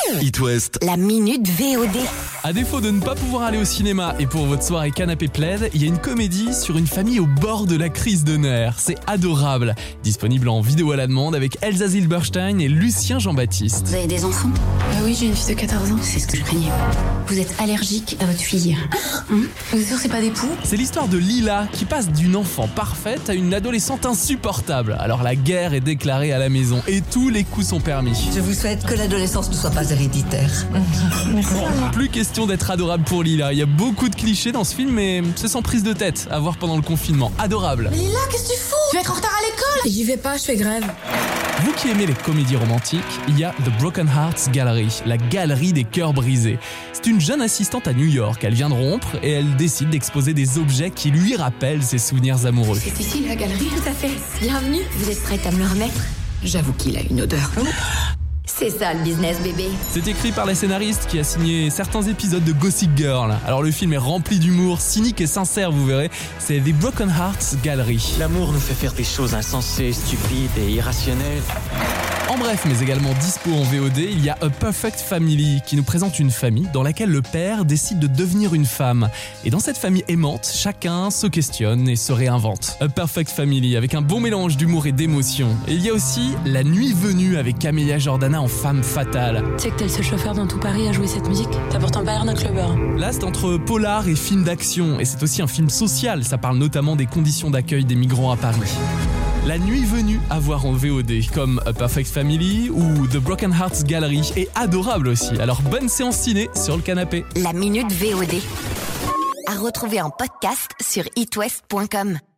It West. La minute VOD. À défaut de ne pas pouvoir aller au cinéma et pour votre soirée canapé plaid, il y a une comédie sur une famille au bord de la crise de nerfs. C'est adorable. Disponible en vidéo à la demande avec Elsa Zilberstein et Lucien Jean-Baptiste. Vous avez des enfants? Oui, j'ai une fille de 14 ans. C'est ce que je craignais. Vous êtes allergique à votre fille. Vous êtes sûr c'est pas des poux? C'est l'histoire de Lila qui passe d'une enfant parfaite à une adolescente insupportable. Alors la guerre est déclarée à la maison et tous les coups sont permis. Je vous souhaite que l'adolescence ne soit pas héréditaire. Plus question d'être adorable pour Lila. Il y a beaucoup de clichés dans ce film, mais c'est sans prise de tête à voir pendant le confinement. Adorable. Mais Lila, qu'est-ce que tu fous? Tu vas être en retard à l'école? J'y vais pas, je fais grève. Vous qui aimez les comédies romantiques, il y a The Broken Hearts Gallery, la galerie des cœurs brisés. C'est une jeune assistante à New York, elle vient de rompre et elle décide d'exposer des objets qui lui rappellent ses souvenirs amoureux. C'est ici la galerie? Tout à fait. Bienvenue. Vous êtes prête à me le remettre? J'avoue qu'il a une odeur. C'est ça le business, bébé. C'est écrit par la scénariste qui a signé certains épisodes de Gossip Girl. Alors le film est rempli d'humour, cynique et sincère, vous verrez. C'est The Broken Hearts Gallery. L'amour nous fait faire des choses insensées, stupides et irrationnelles. En bref, mais également dispo en VOD, il y a A Perfect Family qui nous présente une famille dans laquelle le père décide de devenir une femme. Et dans cette famille aimante, chacun se questionne et se réinvente. A Perfect Family avec un bon mélange d'humour et d'émotion. Et il y a aussi La Nuit Venue avec Camélia Jordana en femme fatale. Tu sais que t'es le seul chauffeur dans tout Paris à jouer cette musique? T'as pourtant pas l'air d'un clubbeur. Là, c'est entre polar et film d'action. Et c'est aussi un film social. Ça parle notamment des conditions d'accueil des migrants à Paris. La Nuit Venue à voir en VOD, comme A Perfect Family ou The Broken Hearts Gallery, est adorable aussi. Alors bonne séance ciné sur le canapé. La minute VOD. À retrouver en podcast sur itwest.com.